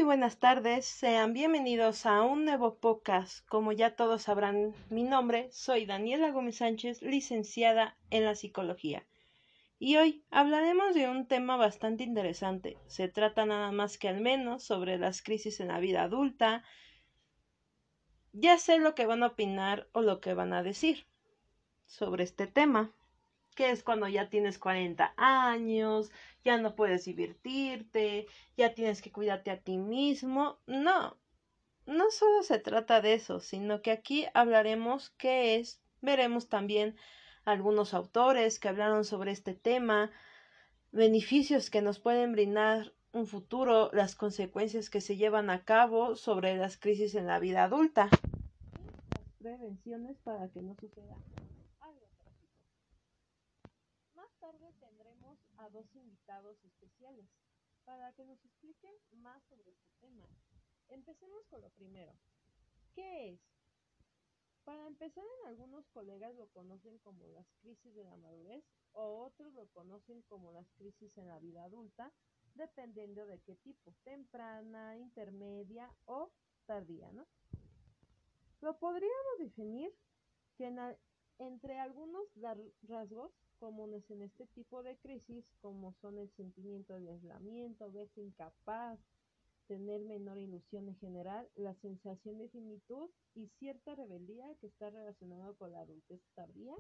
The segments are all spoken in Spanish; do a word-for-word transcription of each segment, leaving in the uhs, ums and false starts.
Muy buenas tardes, sean bienvenidos a un nuevo podcast. Como ya todos sabrán mi nombre, soy Daniela Gómez Sánchez, licenciada en la psicología. Y hoy hablaremos de un tema bastante interesante. Se trata nada más que al menos sobre las crisis en la vida adulta. Ya sé lo que van a opinar o lo que van a decir sobre este tema, que es cuando ya tienes cuarenta años, ya no puedes divertirte, ya tienes que cuidarte a ti mismo. No, no solo se trata de eso, sino que aquí hablaremos qué es, veremos también algunos autores que hablaron sobre este tema, beneficios que nos pueden brindar un futuro, las consecuencias que se llevan a cabo sobre las crisis en la vida adulta, las prevenciones para que no suceda algo trágico. Más tarde tendremos a dos invitados especiales para que nos expliquen más sobre este tema. Empecemos con lo primero. ¿Qué es? Para empezar, en algunos colegas lo conocen como las crisis de la madurez o otros lo conocen como las crisis en la vida adulta, dependiendo de qué tipo, temprana, intermedia o tardía, ¿no? Lo podríamos definir que en a, entre algunos rasgos comunes en este tipo de crisis, como son el sentimiento de aislamiento, verse incapaz, tener menor ilusión en general, la sensación de finitud y cierta rebeldía que está relacionado con la adultez tardía,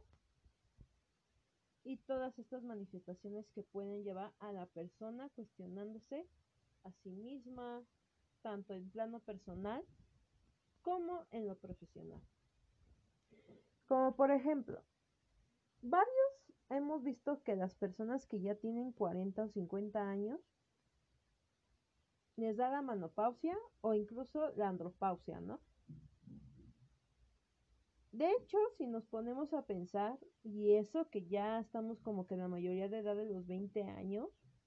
y todas estas manifestaciones que pueden llevar a la persona cuestionándose a sí misma, tanto en plano personal como en lo profesional. Como por ejemplo, varios hemos visto que las personas que ya tienen cuarenta o cincuenta años les da la menopausia o incluso la andropausia, ¿no? De hecho, si nos ponemos a pensar, y eso que ya estamos como que la mayoría de edad de los veinte años,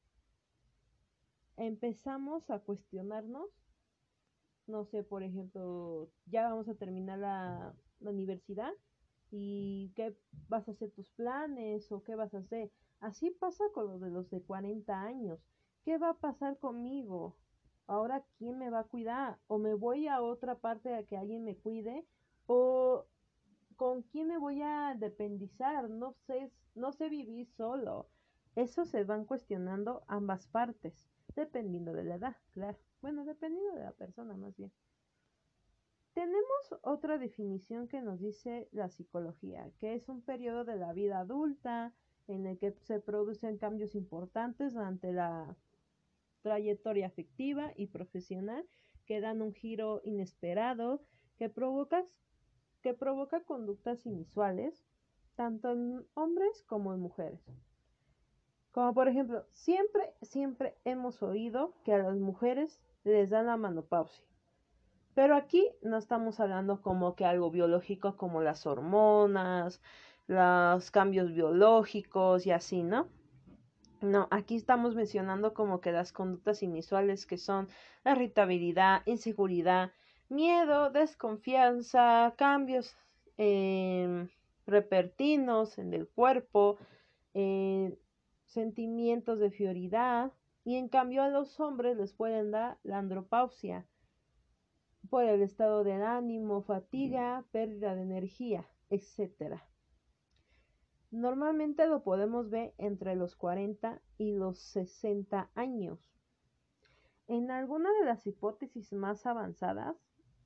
empezamos a cuestionarnos, no sé, por ejemplo, ya vamos a terminar la, la universidad y qué vas a hacer tus planes o qué vas a hacer. Así pasa con los de los de cuarenta años. ¿Qué va a pasar conmigo? Ahora, ¿quién me va a cuidar? ¿O me voy a otra parte a que alguien me cuide? ¿O con quién me voy a dependizar? No sé, no sé vivir solo. Eso se van cuestionando ambas partes, dependiendo de la edad, claro. Bueno, dependiendo de la persona más bien. Tenemos otra definición que nos dice la psicología, que es un periodo de la vida adulta en el que se producen cambios importantes durante la trayectoria afectiva y profesional que dan un giro inesperado que provoca, que provoca conductas inusuales tanto en hombres como en mujeres. Como por ejemplo, siempre, siempre hemos oído que a las mujeres les dan la menopausia. Pero aquí no estamos hablando como que algo biológico como las hormonas, los cambios biológicos y así, ¿no? No, aquí estamos mencionando como que las conductas inusuales que son la irritabilidad, inseguridad, miedo, desconfianza, cambios eh, repentinos en el cuerpo, eh, sentimientos de fioridad, y en cambio a los hombres les pueden dar la andropausia por el estado del ánimo, fatiga, pérdida de energía, etcétera. Normalmente lo podemos ver entre los cuarenta y los sesenta años. En alguna de las hipótesis más avanzadas,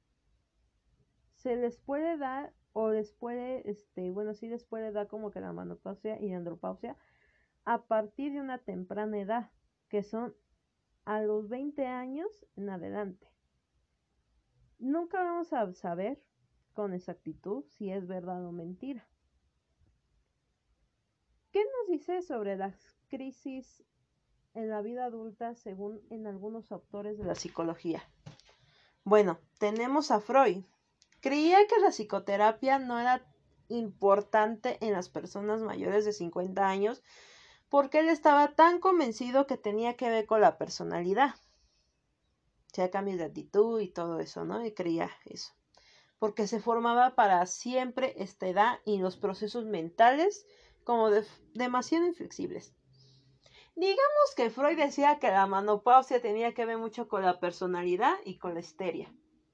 se les puede dar o les puede, este, bueno, sí les puede dar como que la menopausia y la andropausia a partir de una temprana edad, que son a los veinte años en adelante. Nunca vamos a saber con exactitud si es verdad o mentira. ¿Qué nos dice sobre las crisis en la vida adulta según en algunos autores de la psicología? Bueno, tenemos a Freud. Creía que la psicoterapia no era importante en las personas mayores de cincuenta años porque él estaba tan convencido que tenía que ver con la personalidad. O sea, cambios de actitud y todo eso, ¿no? Y creía eso. Porque se formaba para siempre esta edad y los procesos mentales como de, demasiado inflexibles. Digamos que Freud decía que la menopausia tenía que ver mucho con la personalidad y con la histeria.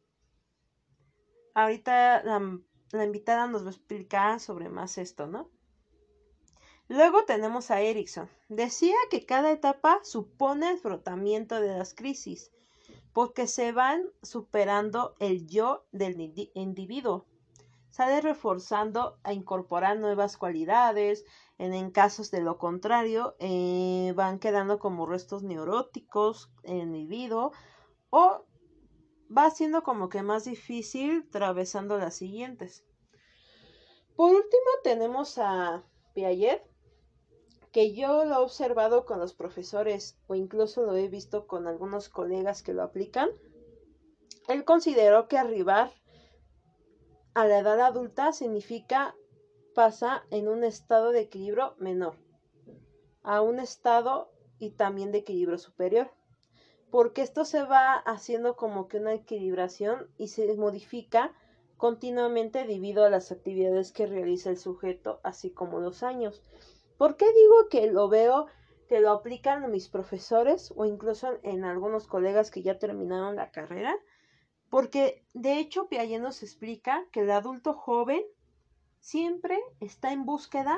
Ahorita la, la invitada nos va a explicar sobre más esto, ¿no? Luego tenemos a Erickson. Decía que cada etapa supone el frotamiento de las crisis, porque se van superando el yo del individuo. Sale reforzando a incorporar nuevas cualidades, en, en casos de lo contrario, eh, van quedando como restos neuróticos en el individuo, o va siendo como que más difícil atravesando las siguientes. Por último tenemos a Piaget, que yo lo he observado con los profesores o incluso lo he visto con algunos colegas que lo aplican. Él consideró que arribar a la edad adulta significa pasa en un estado de equilibrio menor a un estado y también de equilibrio superior, porque esto se va haciendo como que una equilibración y se modifica continuamente debido a las actividades que realiza el sujeto, así como los años. ¿Por qué digo que lo veo, que lo aplican mis profesores o incluso en algunos colegas que ya terminaron la carrera? Porque de hecho Piaget nos explica que el adulto joven siempre está en búsqueda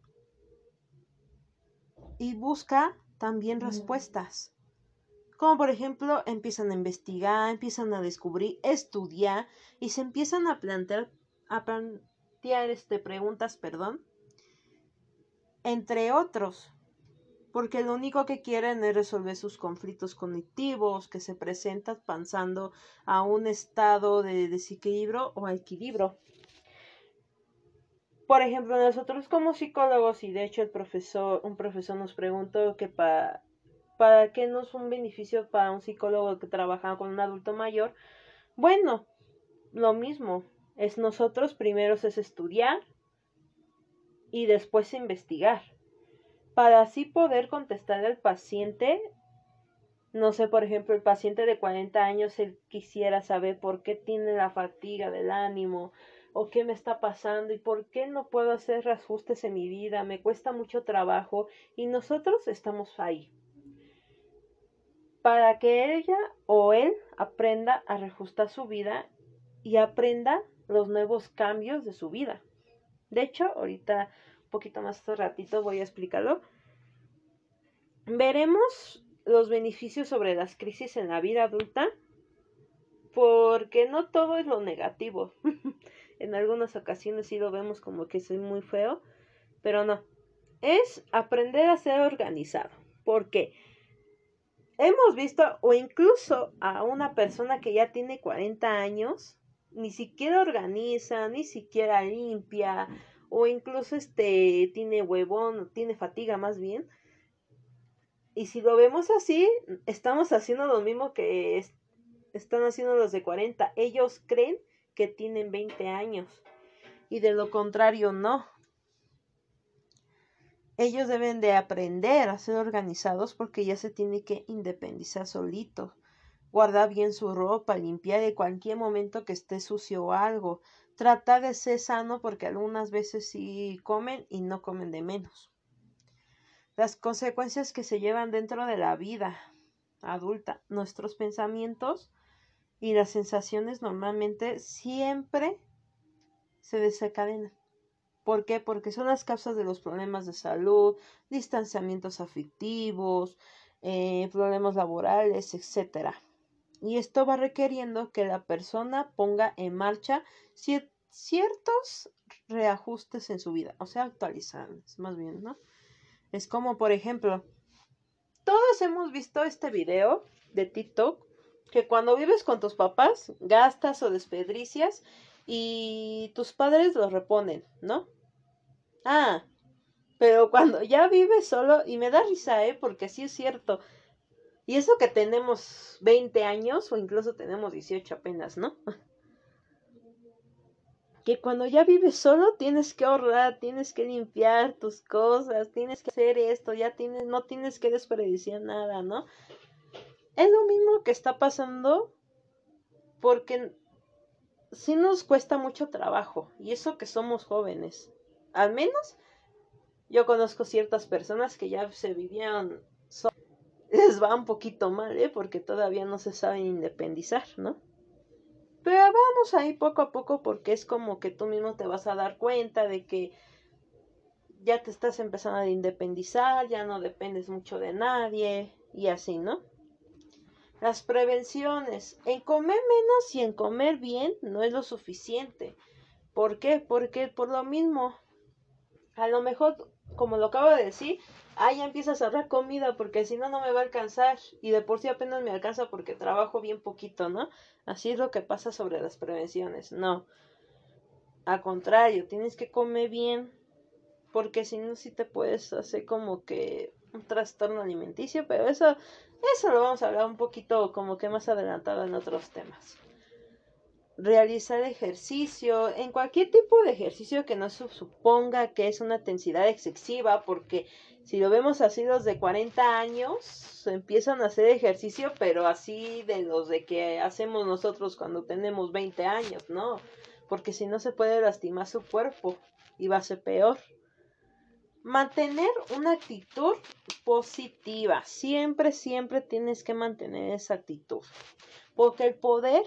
y busca también respuestas. Como por ejemplo empiezan a investigar, empiezan a descubrir, estudiar y se empiezan a plantear, a plantear este, preguntas, perdón, entre otros, porque lo único que quieren es resolver sus conflictos cognitivos que se presentan pasando a un estado de desequilibrio o equilibrio. Por ejemplo, nosotros como psicólogos, y de hecho el profesor, un profesor nos preguntó que para, para qué no es un beneficio para un psicólogo que trabaja con un adulto mayor. Bueno, lo mismo, es nosotros primero es estudiar y después investigar, para así poder contestar al paciente. No sé, por ejemplo, el paciente de cuarenta años, él quisiera saber por qué tiene la fatiga del ánimo, o qué me está pasando y por qué no puedo hacer ajustes en mi vida, me cuesta mucho trabajo y nosotros estamos ahí para que ella o él aprenda a reajustar su vida y aprenda los nuevos cambios de su vida. De hecho, ahorita un poquito más ratito voy a explicarlo. Veremos los beneficios sobre las crisis en la vida adulta, porque no todo es lo negativo. En algunas ocasiones sí lo vemos como que es muy feo, pero no. Es aprender a ser organizado. Porque hemos visto, o incluso a una persona que ya tiene cuarenta años, ni siquiera organiza, ni siquiera limpia, o incluso este tiene huevón, tiene fatiga más bien. Y si lo vemos así, estamos haciendo lo mismo que es, están haciendo los de cuarenta. Ellos creen que tienen veinte años. Y de lo contrario, no. Ellos deben de aprender a ser organizados porque ya se tiene que independizar solito. Guardar bien su ropa, limpiar de cualquier momento que esté sucio o algo. Tratar de ser sano porque algunas veces sí comen y no comen de menos. Las consecuencias que se llevan dentro de la vida adulta, nuestros pensamientos y las sensaciones normalmente siempre se desencadenan. ¿Por qué? Porque son las causas de los problemas de salud, distanciamientos afectivos, eh, problemas laborales, etcétera. Y esto va requiriendo que la persona ponga en marcha cier- ciertos reajustes en su vida, o sea, actualizados, más bien, ¿no? Es como, por ejemplo, todos hemos visto este video de TikTok, que cuando vives con tus papás, gastas o desperdicias y tus padres lo reponen, ¿no? Ah, pero cuando ya vives solo, y me da risa, ¿eh? Porque sí es cierto. Y eso que tenemos veinte años o incluso tenemos dieciocho apenas, ¿no? Que cuando ya vives solo tienes que ahorrar, tienes que limpiar tus cosas, tienes que hacer esto, ya tienes, no tienes que desperdiciar nada, ¿no? Es lo mismo que está pasando porque sí nos cuesta mucho trabajo, y eso que somos jóvenes. Al menos yo conozco ciertas personas que ya se vivieron les va un poquito mal, ¿eh? Porque todavía no se saben independizar, ¿no? Pero vamos ahí poco a poco porque es como que tú mismo te vas a dar cuenta de que ya te estás empezando a independizar, ya no dependes mucho de nadie y así, ¿no? Las prevenciones. En comer menos y en comer bien no es lo suficiente. ¿Por qué? Porque por lo mismo, a lo mejor, como lo acabo de decir, ah, ya empieza a cerrar comida porque si no, no me va a alcanzar. Y de por sí apenas me alcanza porque trabajo bien poquito, ¿no? Así es lo que pasa sobre las prevenciones. No. Al contrario, tienes que comer bien. Porque si no, sí te puedes hacer como que un trastorno alimenticio. Pero eso, eso lo vamos a hablar un poquito como que más adelantado en otros temas. Realizar ejercicio, en cualquier tipo de ejercicio que no se suponga que es una intensidad excesiva, porque si lo vemos así los de cuarenta años empiezan a hacer ejercicio, pero así de los de que hacemos nosotros cuando tenemos veinte años, ¿no? Porque si no se puede lastimar su cuerpo y va a ser peor. Mantener una actitud positiva, siempre, siempre tienes que mantener esa actitud, porque el poder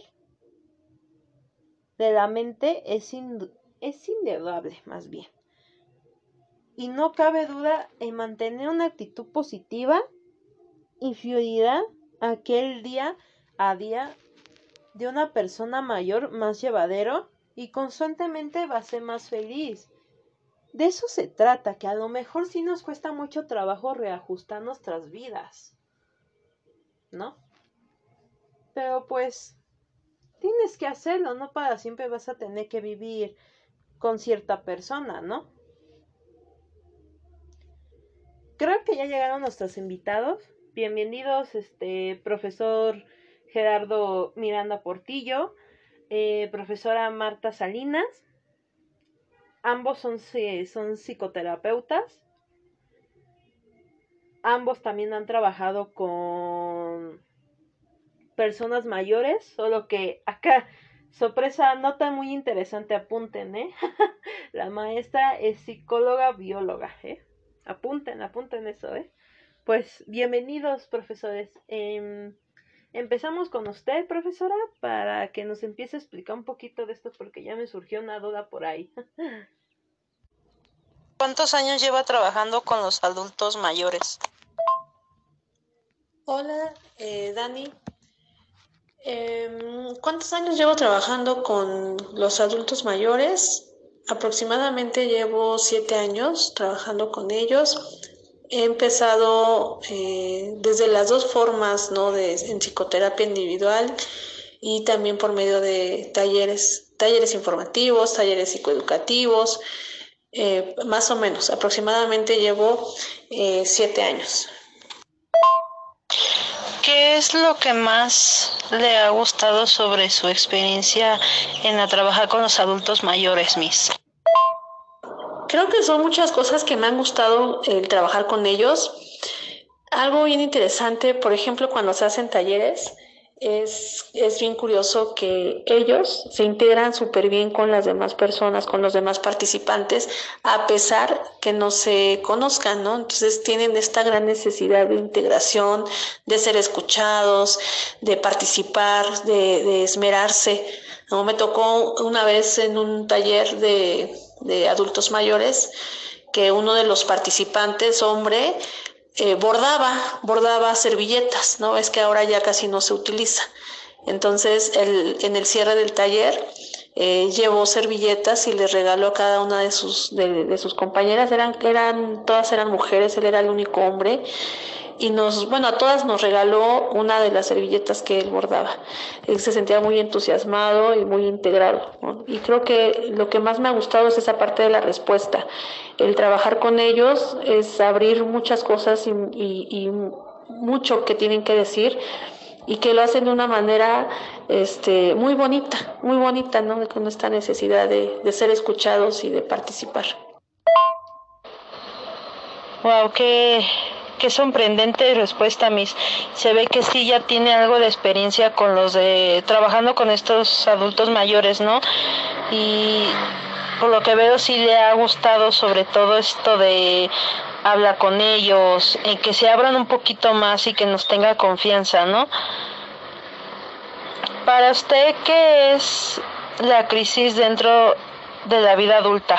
de la mente es, ind- es indudable, más bien. Y no cabe duda en mantener una actitud positiva influirá aquel día a día de una persona mayor más llevadero y constantemente va a ser más feliz. De eso se trata, que a lo mejor sí nos cuesta mucho trabajo reajustar nuestras vidas, ¿no? Pero pues tienes que hacerlo, no para siempre vas a tener que vivir con cierta persona, ¿no? Creo que ya llegaron nuestros invitados. Bienvenidos, este profesor Gerardo Miranda Portillo, eh, profesora Marta Salinas. Ambos son, son psicoterapeutas. Ambos también han trabajado con personas mayores, solo que acá, sorpresa, nota muy interesante, apunten, ¿eh? La maestra es psicóloga bióloga, ¿eh? Apunten, apunten eso, ¿eh? Pues bienvenidos, profesores. Eh, empezamos con usted, profesora, para que nos empiece a explicar un poquito de esto, porque ya me surgió una duda por ahí. ¿Cuántos años lleva trabajando con los adultos mayores? Hola, eh, Dani. Eh, ¿cuántos años llevo trabajando con los adultos mayores? Aproximadamente llevo siete años trabajando con ellos. He empezado eh, desde las dos formas, ¿no? De, en psicoterapia individual y también por medio de talleres, talleres informativos, talleres psicoeducativos, eh, más o menos. Aproximadamente llevo eh, siete años. ¿Qué es lo que más le ha gustado sobre su experiencia en la trabajar con los adultos mayores, Miss? Creo que son muchas cosas que me han gustado el trabajar con ellos. Algo bien interesante, por ejemplo, cuando se hacen talleres, es, es bien curioso que ellos se integran súper bien con las demás personas, con los demás participantes, a pesar que no se conozcan, ¿no? Entonces tienen esta gran necesidad de integración, de ser escuchados, de participar, de, de esmerarse. ¿No? Me tocó una vez en un taller de, de adultos mayores que uno de los participantes, hombre, Eh, bordaba, bordaba servilletas, ¿no? Es que ahora ya casi no se utiliza. Entonces, el, en el cierre del taller, eh, llevó servilletas y les regaló a cada una de sus, de, de sus compañeras, eran, eran, todas eran mujeres, él era el único hombre, y nos, bueno, a todas nos regaló una de las servilletas que él bordaba. Él se sentía muy entusiasmado y muy integrado, ¿no? Y creo que lo que más me ha gustado es esa parte de la respuesta. El trabajar con ellos es abrir muchas cosas y, y, y mucho que tienen que decir y que lo hacen de una manera este, muy bonita, muy bonita, ¿no? Con esta necesidad de, de ser escuchados y de participar. Wow, qué, qué sorprendente respuesta, Miss. Se ve que sí ya tiene algo de experiencia con los de trabajando con estos adultos mayores, ¿no? Y por lo que veo sí le ha gustado sobre todo esto de habla con ellos, en que se abran un poquito más y que nos tenga confianza, ¿no? Para usted, ¿qué es la crisis dentro de la vida adulta?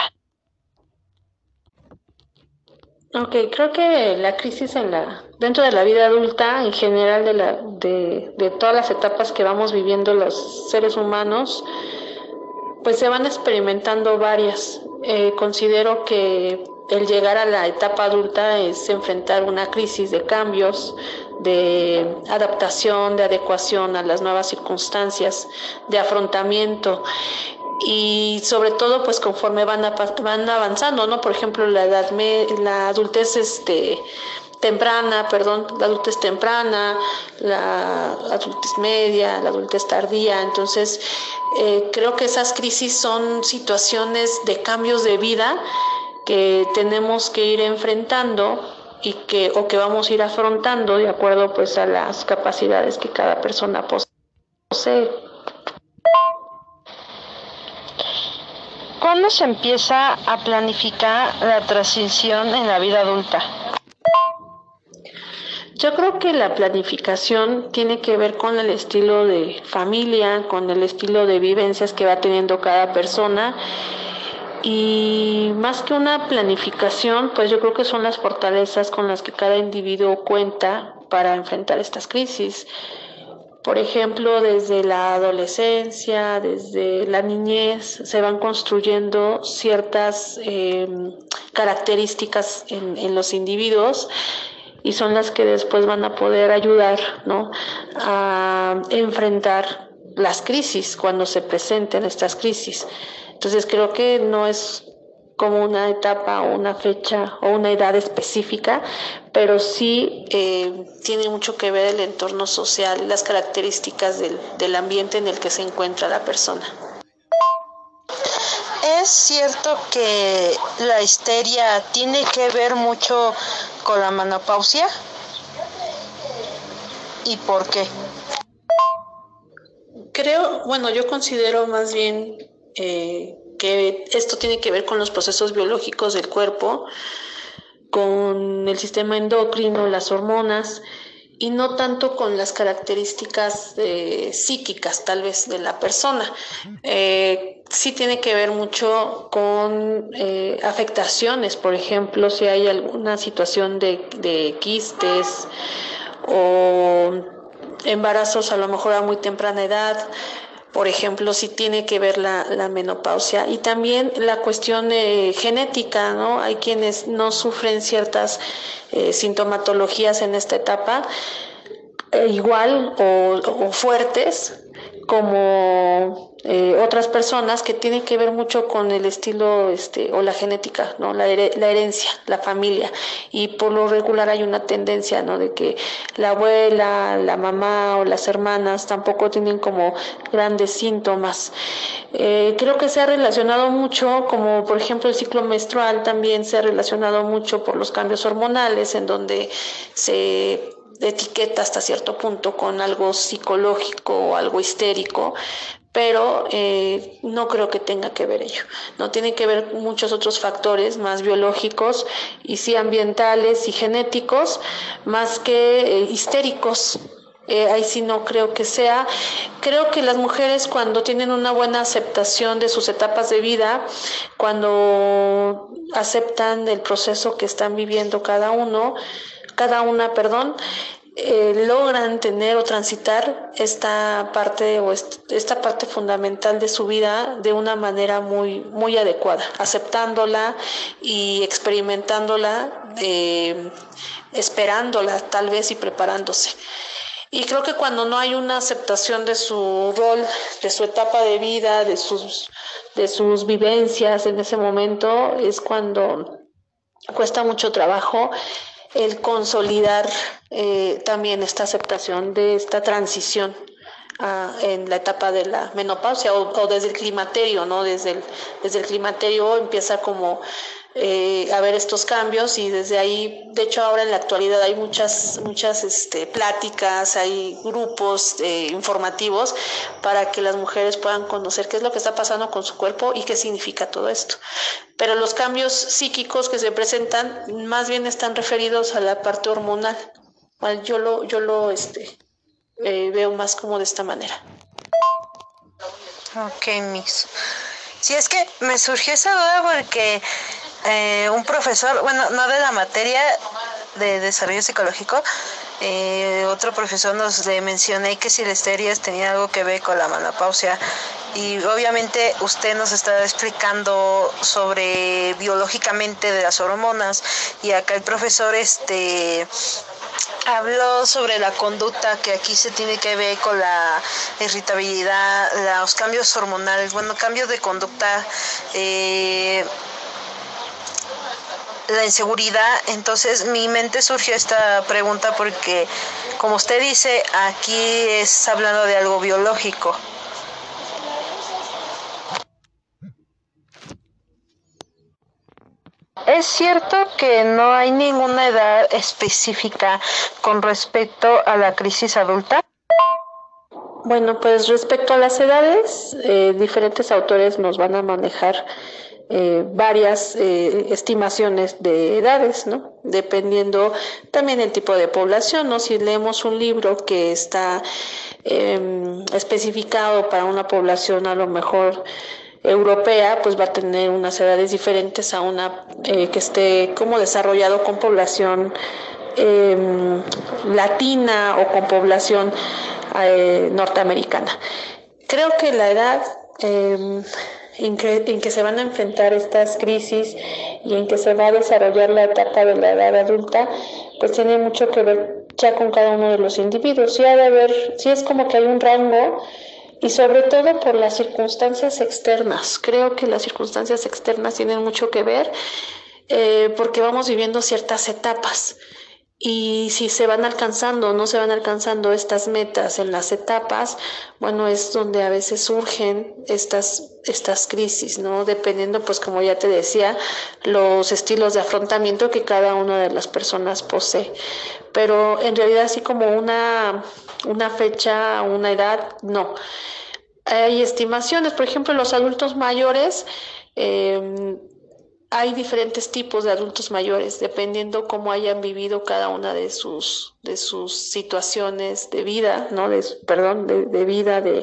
Ok, creo que la crisis en la, dentro de la vida adulta, en general de, la, de, de todas las etapas que vamos viviendo los seres humanos, pues se van experimentando varias. Eh, considero que el llegar a la etapa adulta es enfrentar una crisis de cambios, de adaptación, de adecuación a las nuevas circunstancias, de afrontamiento y sobre todo pues conforme van, a, van avanzando, ¿no? Por ejemplo, la edad me, la adultez este temprana, perdón, la adultez temprana, la adultez media, la adultez tardía. Entonces, eh, creo que esas crisis son situaciones de cambios de vida que tenemos que ir enfrentando y que o que vamos a ir afrontando de acuerdo pues a las capacidades que cada persona posee. ¿Cuándo se empieza a planificar la transición en la vida adulta? Yo creo que la planificación tiene que ver con el estilo de familia, con el estilo de vivencias que va teniendo cada persona y más que una planificación, pues yo creo que son las fortalezas con las que cada individuo cuenta para enfrentar estas crisis. Por ejemplo, desde la adolescencia, desde la niñez, se van construyendo ciertas eh, características en, en los individuos y son las que después van a poder ayudar, ¿no?, a enfrentar las crisis cuando se presenten estas crisis. Entonces creo que no es como una etapa o una fecha o una edad específica, pero sí eh, tiene mucho que ver el entorno social, las características del, del ambiente en el que se encuentra la persona. ¿Es cierto que la histeria tiene que ver mucho con la menopausia? ¿Y por qué? Creo, bueno, yo considero más bien eh, que esto tiene que ver con los procesos biológicos del cuerpo, con el sistema endocrino, las hormonas, y no tanto con las características eh, psíquicas tal vez de la persona. Eh, sí tiene que ver mucho con eh, afectaciones, por ejemplo, si hay alguna situación de, de quistes o embarazos a lo mejor a muy temprana edad, por ejemplo, si tiene que ver la, la menopausia y también la cuestión eh, genética, ¿no? Hay quienes no sufren ciertas eh, sintomatologías en esta etapa eh, igual o, o fuertes como eh, otras personas que tienen que ver mucho con el estilo este o la genética, ¿no? La, her- la herencia, la familia, y por lo regular hay una tendencia, ¿no?, de que la abuela, la mamá o las hermanas tampoco tienen como grandes síntomas. Eh, creo que se ha relacionado mucho, como por ejemplo el ciclo menstrual también se ha relacionado mucho por los cambios hormonales, en donde se etiqueta hasta cierto punto con algo psicológico o algo histérico, pero eh, no creo que tenga que ver ello. No tiene que ver muchos otros factores más biológicos y sí ambientales y genéticos, más que eh, histéricos. Eh, ahí sí no creo que sea. Creo que las mujeres cuando tienen una buena aceptación de sus etapas de vida, cuando aceptan el proceso que están viviendo cada uno, cada una, perdón, eh, logran tener o transitar esta parte o est- esta parte fundamental de su vida de una manera muy, muy adecuada, aceptándola y experimentándola, eh, esperándola tal vez y preparándose. Y creo que cuando no hay una aceptación de su rol, de su etapa de vida, de sus, de sus vivencias en ese momento, es cuando cuesta mucho trabajo el consolidar eh, también esta aceptación de esta transición uh, en la etapa de la menopausia o, o desde el climaterio, ¿no? Desde el, desde el climaterio empieza como eh, a ver estos cambios y desde ahí, de hecho ahora en la actualidad hay muchas, muchas este, pláticas, hay grupos eh, informativos para que las mujeres puedan conocer qué es lo que está pasando con su cuerpo y qué significa todo esto. Pero los cambios psíquicos que se presentan más bien están referidos a la parte hormonal. Bueno, yo lo, yo lo este, eh, veo más como de esta manera. Ok, Miss. Si es que me surgió esa duda porque eh, un profesor, bueno, no de la materia de desarrollo psicológico, eh, otro profesor nos le mencioné que si la esterías tenía algo que ver con la menopausia y obviamente usted nos está explicando sobre biológicamente de las hormonas y acá el profesor este habló sobre la conducta que aquí se tiene que ver con la irritabilidad, los cambios hormonales, bueno, cambios de conducta, eh, la inseguridad. Entonces mi mente surgió esta pregunta porque, como usted dice, aquí es hablando de algo biológico. ¿Es cierto que no hay ninguna edad específica con respecto a la crisis adulta? Bueno, pues respecto a las edades, eh, diferentes autores nos van a manejar eh, varias eh, estimaciones de edades, ¿no? Dependiendo también el tipo de población, ¿no? Si leemos un libro que está eh, especificado para una población a lo mejor europea, pues va a tener unas edades diferentes a una eh, que esté como desarrollado con población eh, latina o con población eh, norteamericana. Creo que la edad eh, en, que, en que se van a enfrentar estas crisis y en que se va a desarrollar la etapa de la edad adulta, pues tiene mucho que ver ya con cada uno de los individuos. Sí ha de haber, sí es como que hay un rango y sobre todo por las circunstancias externas. Creo que las circunstancias externas tienen mucho que ver eh, porque vamos viviendo ciertas etapas. Y si se van alcanzando o no se van alcanzando estas metas en las etapas, bueno, es donde a veces surgen estas, estas crisis, ¿no? Dependiendo, pues como ya te decía, los estilos de afrontamiento que cada una de las personas posee. Pero en realidad así como una, una fecha, una edad, no. Hay estimaciones, por ejemplo, los adultos mayores, eh, hay diferentes tipos de adultos mayores, dependiendo cómo hayan vivido cada una de sus, de sus situaciones de vida, ¿no? De, perdón, de, de vida, de,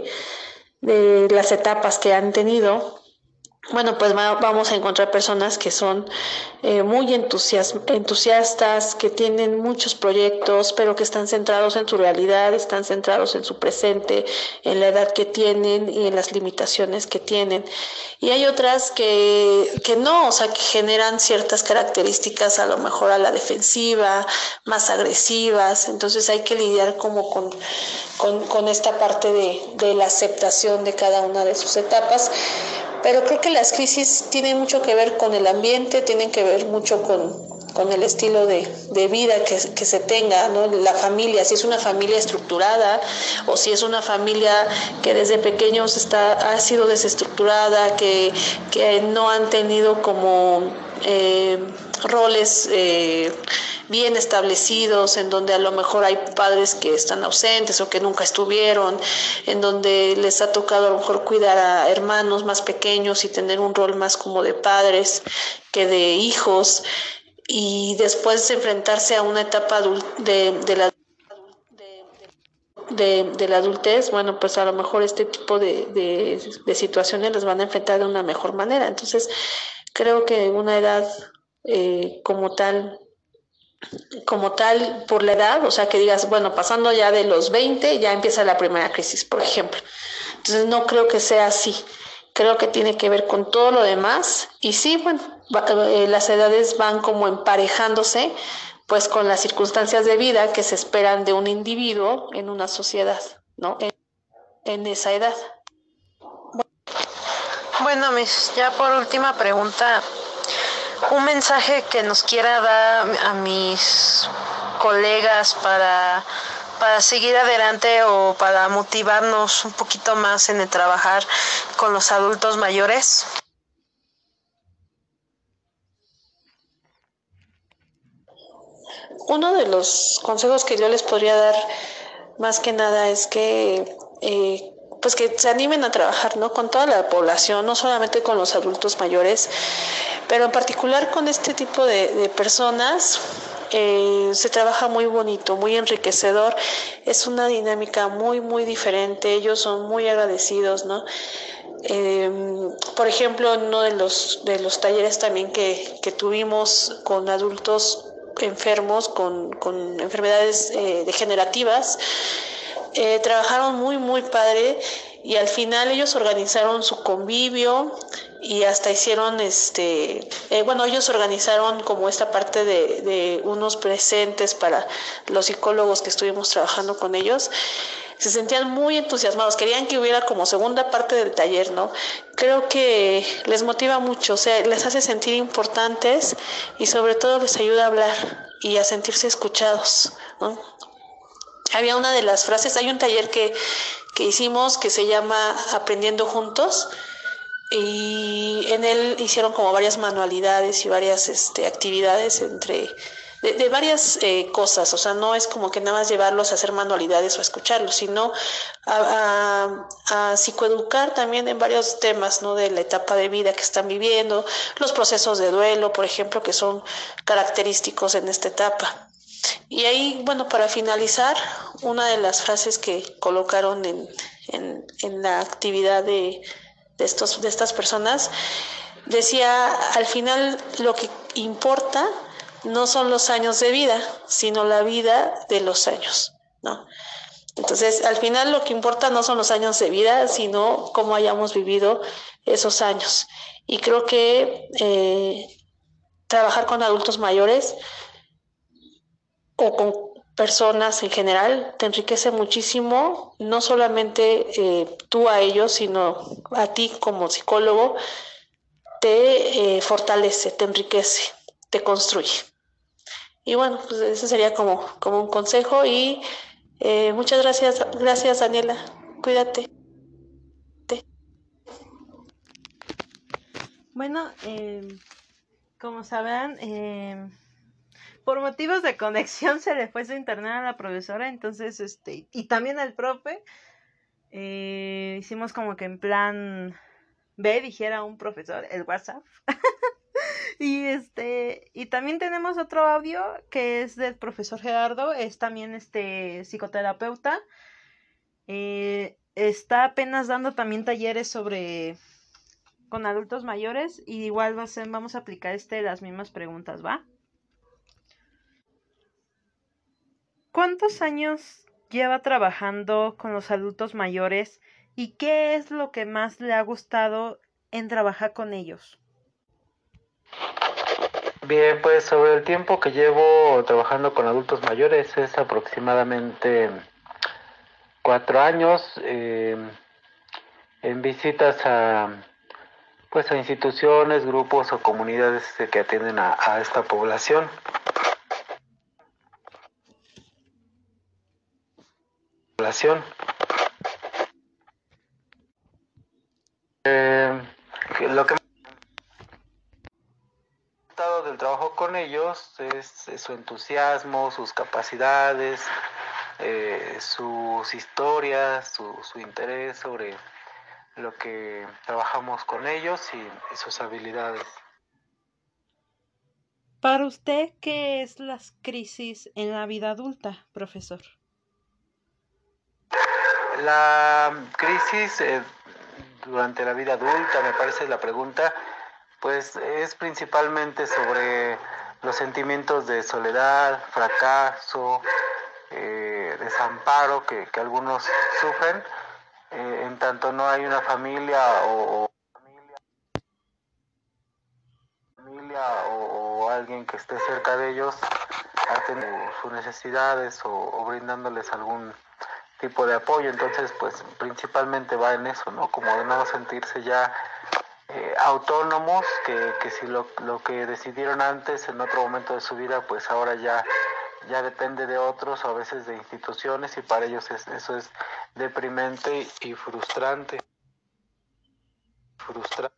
de las etapas que han tenido. Bueno, pues va, vamos a encontrar personas que son eh, muy entusias, entusiastas, que tienen muchos proyectos, pero que están centrados en su realidad, están centrados en su presente, en la edad que tienen y en las limitaciones que tienen. Y hay otras que, que no, o sea, que generan ciertas características a lo mejor a la defensiva, más agresivas. Entonces hay que lidiar como con, con, con esta parte de, de la aceptación de cada una de sus etapas. Pero creo que las crisis tienen mucho que ver con el ambiente, tienen que ver mucho con, con el estilo de, de vida que, que se tenga, ¿no? La familia, si es una familia estructurada o si es una familia que desde pequeños está, ha sido desestructurada, que, que no han tenido como eh, roles eh, bien establecidos, en donde a lo mejor hay padres que están ausentes o que nunca estuvieron, en donde les ha tocado a lo mejor cuidar a hermanos más pequeños y tener un rol más como de padres que de hijos, y después enfrentarse a una etapa de, de la De, de la adultez, bueno, pues a lo mejor este tipo de, de, de situaciones las van a enfrentar de una mejor manera. Entonces, creo que una edad eh, como tal como tal por la edad, o sea, que digas, bueno, pasando ya de los veinte, ya empieza la primera crisis, por ejemplo. Entonces, no creo que sea así. Creo que tiene que ver con todo lo demás. Y sí, bueno, va, eh, las edades van como emparejándose, pues con las circunstancias de vida que se esperan de un individuo en una sociedad, ¿no? En, en esa edad. Bueno, mis, ya por última pregunta, un mensaje que nos quiera dar a mis colegas para, para seguir adelante o para motivarnos un poquito más en el trabajar con los adultos mayores. uno de los consejos que yo les podría dar más que nada es que eh, pues que se animen a trabajar, ¿no? Con toda la población, no solamente con los adultos mayores, pero en particular con este tipo de, de personas. Eh, se trabaja muy bonito, muy enriquecedor, es una dinámica muy muy diferente, ellos son muy agradecidos, ¿no? Eh, por ejemplo, en uno de los, de los talleres también que, que tuvimos con adultos enfermos, con, con enfermedades eh, degenerativas, eh, trabajaron muy, muy padre y al final ellos organizaron su convivio y hasta hicieron, este, eh, bueno, ellos organizaron como esta parte de, de unos presentes para los psicólogos que estuvimos trabajando con ellos. Se sentían muy entusiasmados, querían que hubiera como segunda parte del taller, ¿no? Creo que les motiva mucho, o sea, les hace sentir importantes y sobre todo les ayuda a hablar y a sentirse escuchados, ¿no? Había una de las frases, hay un taller que, que hicimos que se llama Aprendiendo Juntos y en él hicieron como varias manualidades y varias este, actividades entre de, de varias eh, cosas, o sea, no es como que nada más llevarlos a hacer manualidades o a escucharlos, sino a, a, a psicoeducar también en varios temas, ¿no? De la etapa de vida que están viviendo, los procesos de duelo, por ejemplo, que son característicos en esta etapa. Y ahí, bueno, para finalizar, una de las frases que colocaron en, en, en la actividad de, de, estos, de estas personas decía, al final lo que importa no son los años de vida, sino la vida de los años, ¿no? Entonces, al final lo que importa no son los años de vida, sino cómo hayamos vivido esos años. Y creo que eh, trabajar con adultos mayores o con personas en general te enriquece muchísimo, no solamente eh, tú a ellos, sino a ti como psicólogo, te eh, fortalece, te enriquece, te construye. Y bueno, pues ese sería como, como un consejo y eh, muchas gracias, gracias Daniela, cuídate. Bueno, eh, como sabrán, eh, por motivos de conexión se le fue su internet a la profesora, entonces, este, y también al profe, eh, hicimos como que en plan B, dijera un profesor, el WhatsApp. Y este, y también tenemos otro audio que es del profesor Gerardo, es también este psicoterapeuta. Eh, está apenas dando también talleres sobre con adultos mayores y igual va a ser, vamos a aplicar este las mismas preguntas, ¿va? ¿Cuántos años lleva trabajando con los adultos mayores y qué es lo que más le ha gustado en trabajar con ellos? Bien, pues sobre el tiempo que llevo trabajando con adultos mayores es aproximadamente cuatro años eh, en visitas a pues a instituciones, grupos o comunidades que atienden a, a esta población. población. Eh, lo que me ha gustado del trabajo con ellos es, es su entusiasmo, sus capacidades, eh, sus historias, su, su interés sobre lo que trabajamos con ellos y, y sus habilidades. Para usted, ¿qué es las crisis en la vida adulta, profesor? La crisis eh, durante la vida adulta, me parece la pregunta, pues es principalmente sobre los sentimientos de soledad, fracaso, eh, desamparo que, que algunos sufren, eh, en tanto no hay una familia o, o familia o, o alguien que esté cerca de ellos atendiendo sus necesidades o, o brindándoles algún tipo de apoyo. Entonces pues principalmente va en eso, ¿no? Como de no sentirse ya eh, autónomos, que, que si lo, lo que decidieron antes en otro momento de su vida pues ahora ya ya depende de otros o a veces de instituciones y para ellos es, eso es deprimente y frustrante. frustrante.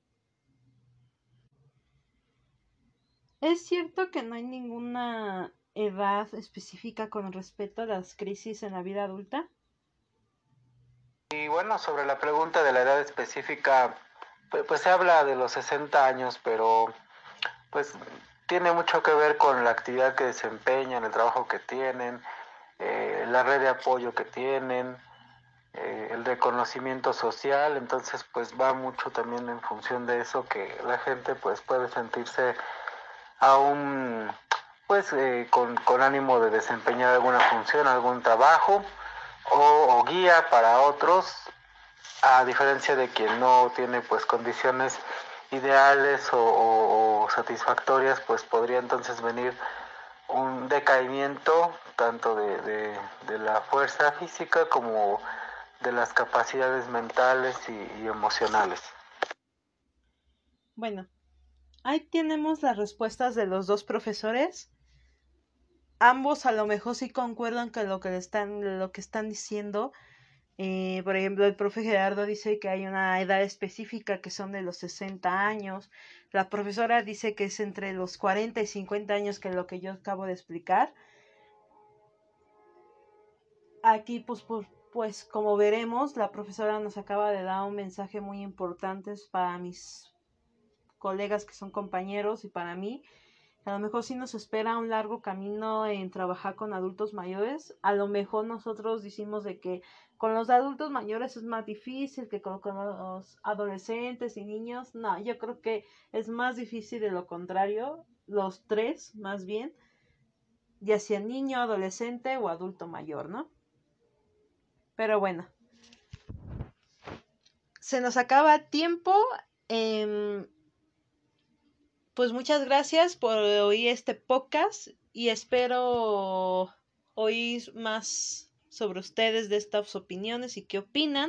Es cierto que no hay ninguna edad específica con respecto a las crisis en la vida adulta? Y bueno, sobre la pregunta de la edad específica, pues, pues se habla de los sesenta años, pero pues tiene mucho que ver con la actividad que desempeñan, el trabajo que tienen, eh, la red de apoyo que tienen, eh, el reconocimiento social. Entonces pues va mucho también en función de eso, que la gente pues puede sentirse aún pues eh, con, con ánimo de desempeñar alguna función, algún trabajo o, o guía para otros, a diferencia de quien no tiene pues condiciones ideales o, o, o satisfactorias, pues podría entonces venir un decaimiento tanto de, de, de la fuerza física como de las capacidades mentales y, y emocionales. Bueno, ahí tenemos las respuestas de los dos profesores. Ambos a lo mejor sí concuerdan con lo que le están, lo que están diciendo. Eh, por ejemplo, el profe Gerardo dice que hay una edad específica que son de los sesenta años. La profesora dice que es entre los cuarenta y cincuenta años, que es lo que yo acabo de explicar. Aquí, pues, pues, pues, como veremos, la profesora nos acaba de dar un mensaje muy importante para mis colegas que son compañeros y para mí. A lo mejor sí nos espera un largo camino en trabajar con adultos mayores. A lo mejor nosotros decimos de que con los adultos mayores es más difícil que con, con los adolescentes y niños. No, yo creo que es más difícil de lo contrario. Los tres, más bien, ya sea niño, adolescente o adulto mayor, ¿no? Pero bueno, se nos acaba tiempo. Eh, Pues muchas gracias por oír este podcast y espero oír más sobre ustedes, de estas opiniones y qué opinan.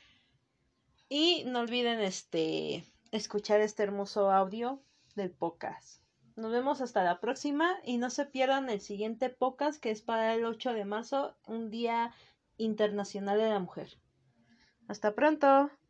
Y no olviden este escuchar este hermoso audio del podcast. Nos vemos hasta la próxima y no se pierdan el siguiente podcast, que es para el ocho de marzo, un día internacional de la mujer. Hasta pronto.